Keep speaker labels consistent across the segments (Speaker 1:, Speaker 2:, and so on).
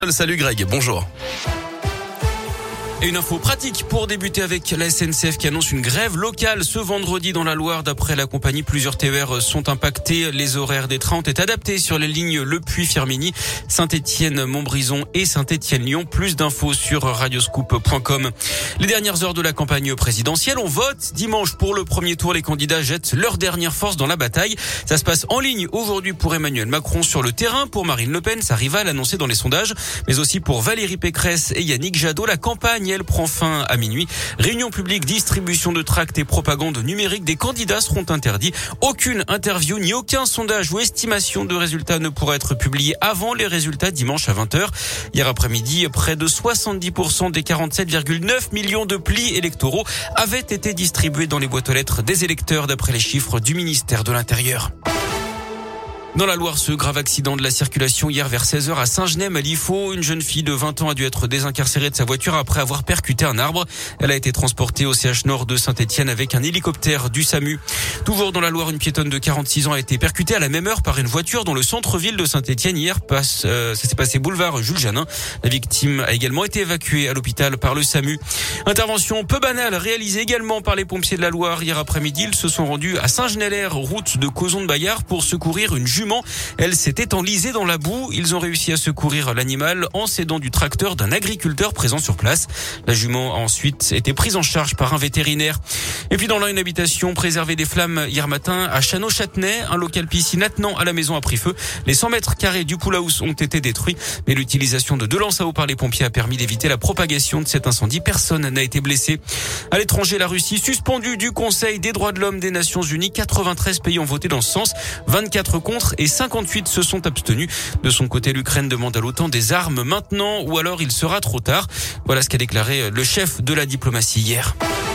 Speaker 1: Salut Greg, bonjour. Et une info pratique pour débuter avec la SNCF qui annonce une grève locale ce vendredi dans la Loire. D'après la compagnie, plusieurs TER sont impactés. Les horaires des trains ont été adaptés sur les lignes Le Puy-Firminy, Saint-Étienne-Montbrison et Saint-Étienne-Lyon. Plus d'infos sur radioscoop.com. Les dernières heures de la campagne présidentielle, on vote. Dimanche pour le premier tour, les candidats jettent leur dernière force dans la bataille. Ça se passe en ligne aujourd'hui pour Emmanuel Macron, sur le terrain pour Marine Le Pen, sa rivale annoncée dans les sondages, mais aussi pour Valérie Pécresse et Yannick Jadot. La campagne, elle prend fin à minuit. Réunion publique, distribution de tracts et propagande numérique des candidats seront interdits. Aucune interview ni aucun sondage ou estimation de résultats ne pourra être publié avant les résultats dimanche à 20h. Hier après-midi, près de 70% des 47,9 millions de plis électoraux avaient été distribués dans les boîtes aux lettres des électeurs d'après les chiffres du ministère de l'Intérieur. Dans la Loire, ce grave accident de la circulation hier vers 16h à Saint-Genès, à Liffaut. Une jeune fille de 20 ans a dû être désincarcérée de sa voiture après avoir percuté un arbre. Elle a été transportée au CH Nord de Saint-Étienne avec un hélicoptère du SAMU. Toujours dans la Loire, une piétonne de 46 ans a été percutée à la même heure par une voiture dans le centre-ville de Saint-Étienne. Hier, ça s'est passé boulevard Jules Janin. La victime a également été évacuée à l'hôpital par le SAMU. Intervention peu banale réalisée également par les pompiers de la Loire. Hier après-midi, ils se sont rendus à Saint-Genès-l'Air, route de Cauzon-de-Bayard, pour secourir une jument. Elle s'était enlisée dans la boue. Ils ont réussi à secourir l'animal en s'aidant du tracteur d'un agriculteur présent sur place. La jument a ensuite été prise en charge par un vétérinaire. Et puis dans une habitation préservée des flammes hier matin à Chano-Châtenay, un local piscine attenant à la maison a pris feu. Les 100 mètres carrés du pool house ont été détruits, mais l'utilisation de 2 lances à eau par les pompiers a permis d'éviter la propagation de cet incendie. Personne n'a été blessé. À l'étranger, la Russie suspendue du Conseil des droits de l'homme des Nations Unies. 93 pays ont voté dans ce sens, 24 contre et 58 se sont abstenus. De son côté, l'Ukraine demande à l'OTAN des armes maintenant ou alors il sera trop tard. Voilà ce qu'a déclaré le chef de la diplomatie hier.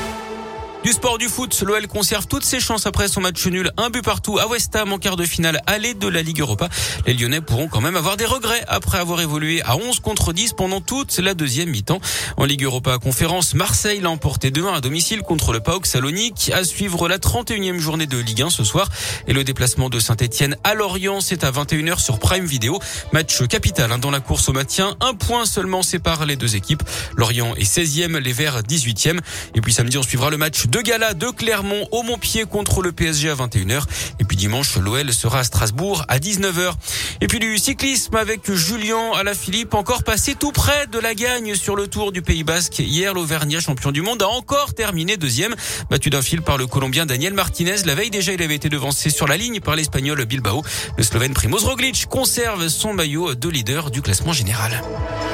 Speaker 1: Du sport, du foot, l'OL conserve toutes ses chances après son match nul, 1 but partout à West Ham en quart de finale aller de la Ligue Europa. Les Lyonnais pourront quand même avoir des regrets après avoir évolué à 11 contre 10 pendant toute la deuxième mi-temps. En Ligue Europa Conférence, Marseille l'a emporté 2-1 à domicile contre le PAOK Salonique. À suivre la 31e journée de Ligue 1 ce soir. Et le déplacement de Saint-Étienne à Lorient, c'est à 21h sur Prime Video. Match capital dans la course au maintien. 1 point seulement sépare les deux équipes. Lorient est 16e, les Verts 18e. Et puis samedi, on suivra le match de gala de Clermont au Montpied contre le PSG à 21h. Et puis dimanche, l'OL sera à Strasbourg à 19h. Et puis du cyclisme avec Julien Alaphilippe, encore passé tout près de la gagne sur le Tour du Pays Basque. Hier, l'Auvergnat, champion du monde, a encore terminé deuxième, battu d'un fil par le Colombien Daniel Martinez. La veille déjà, il avait été devancé sur la ligne par l'Espagnol Bilbao. Le Slovène Primož Roglič conserve son maillot de leader du classement général.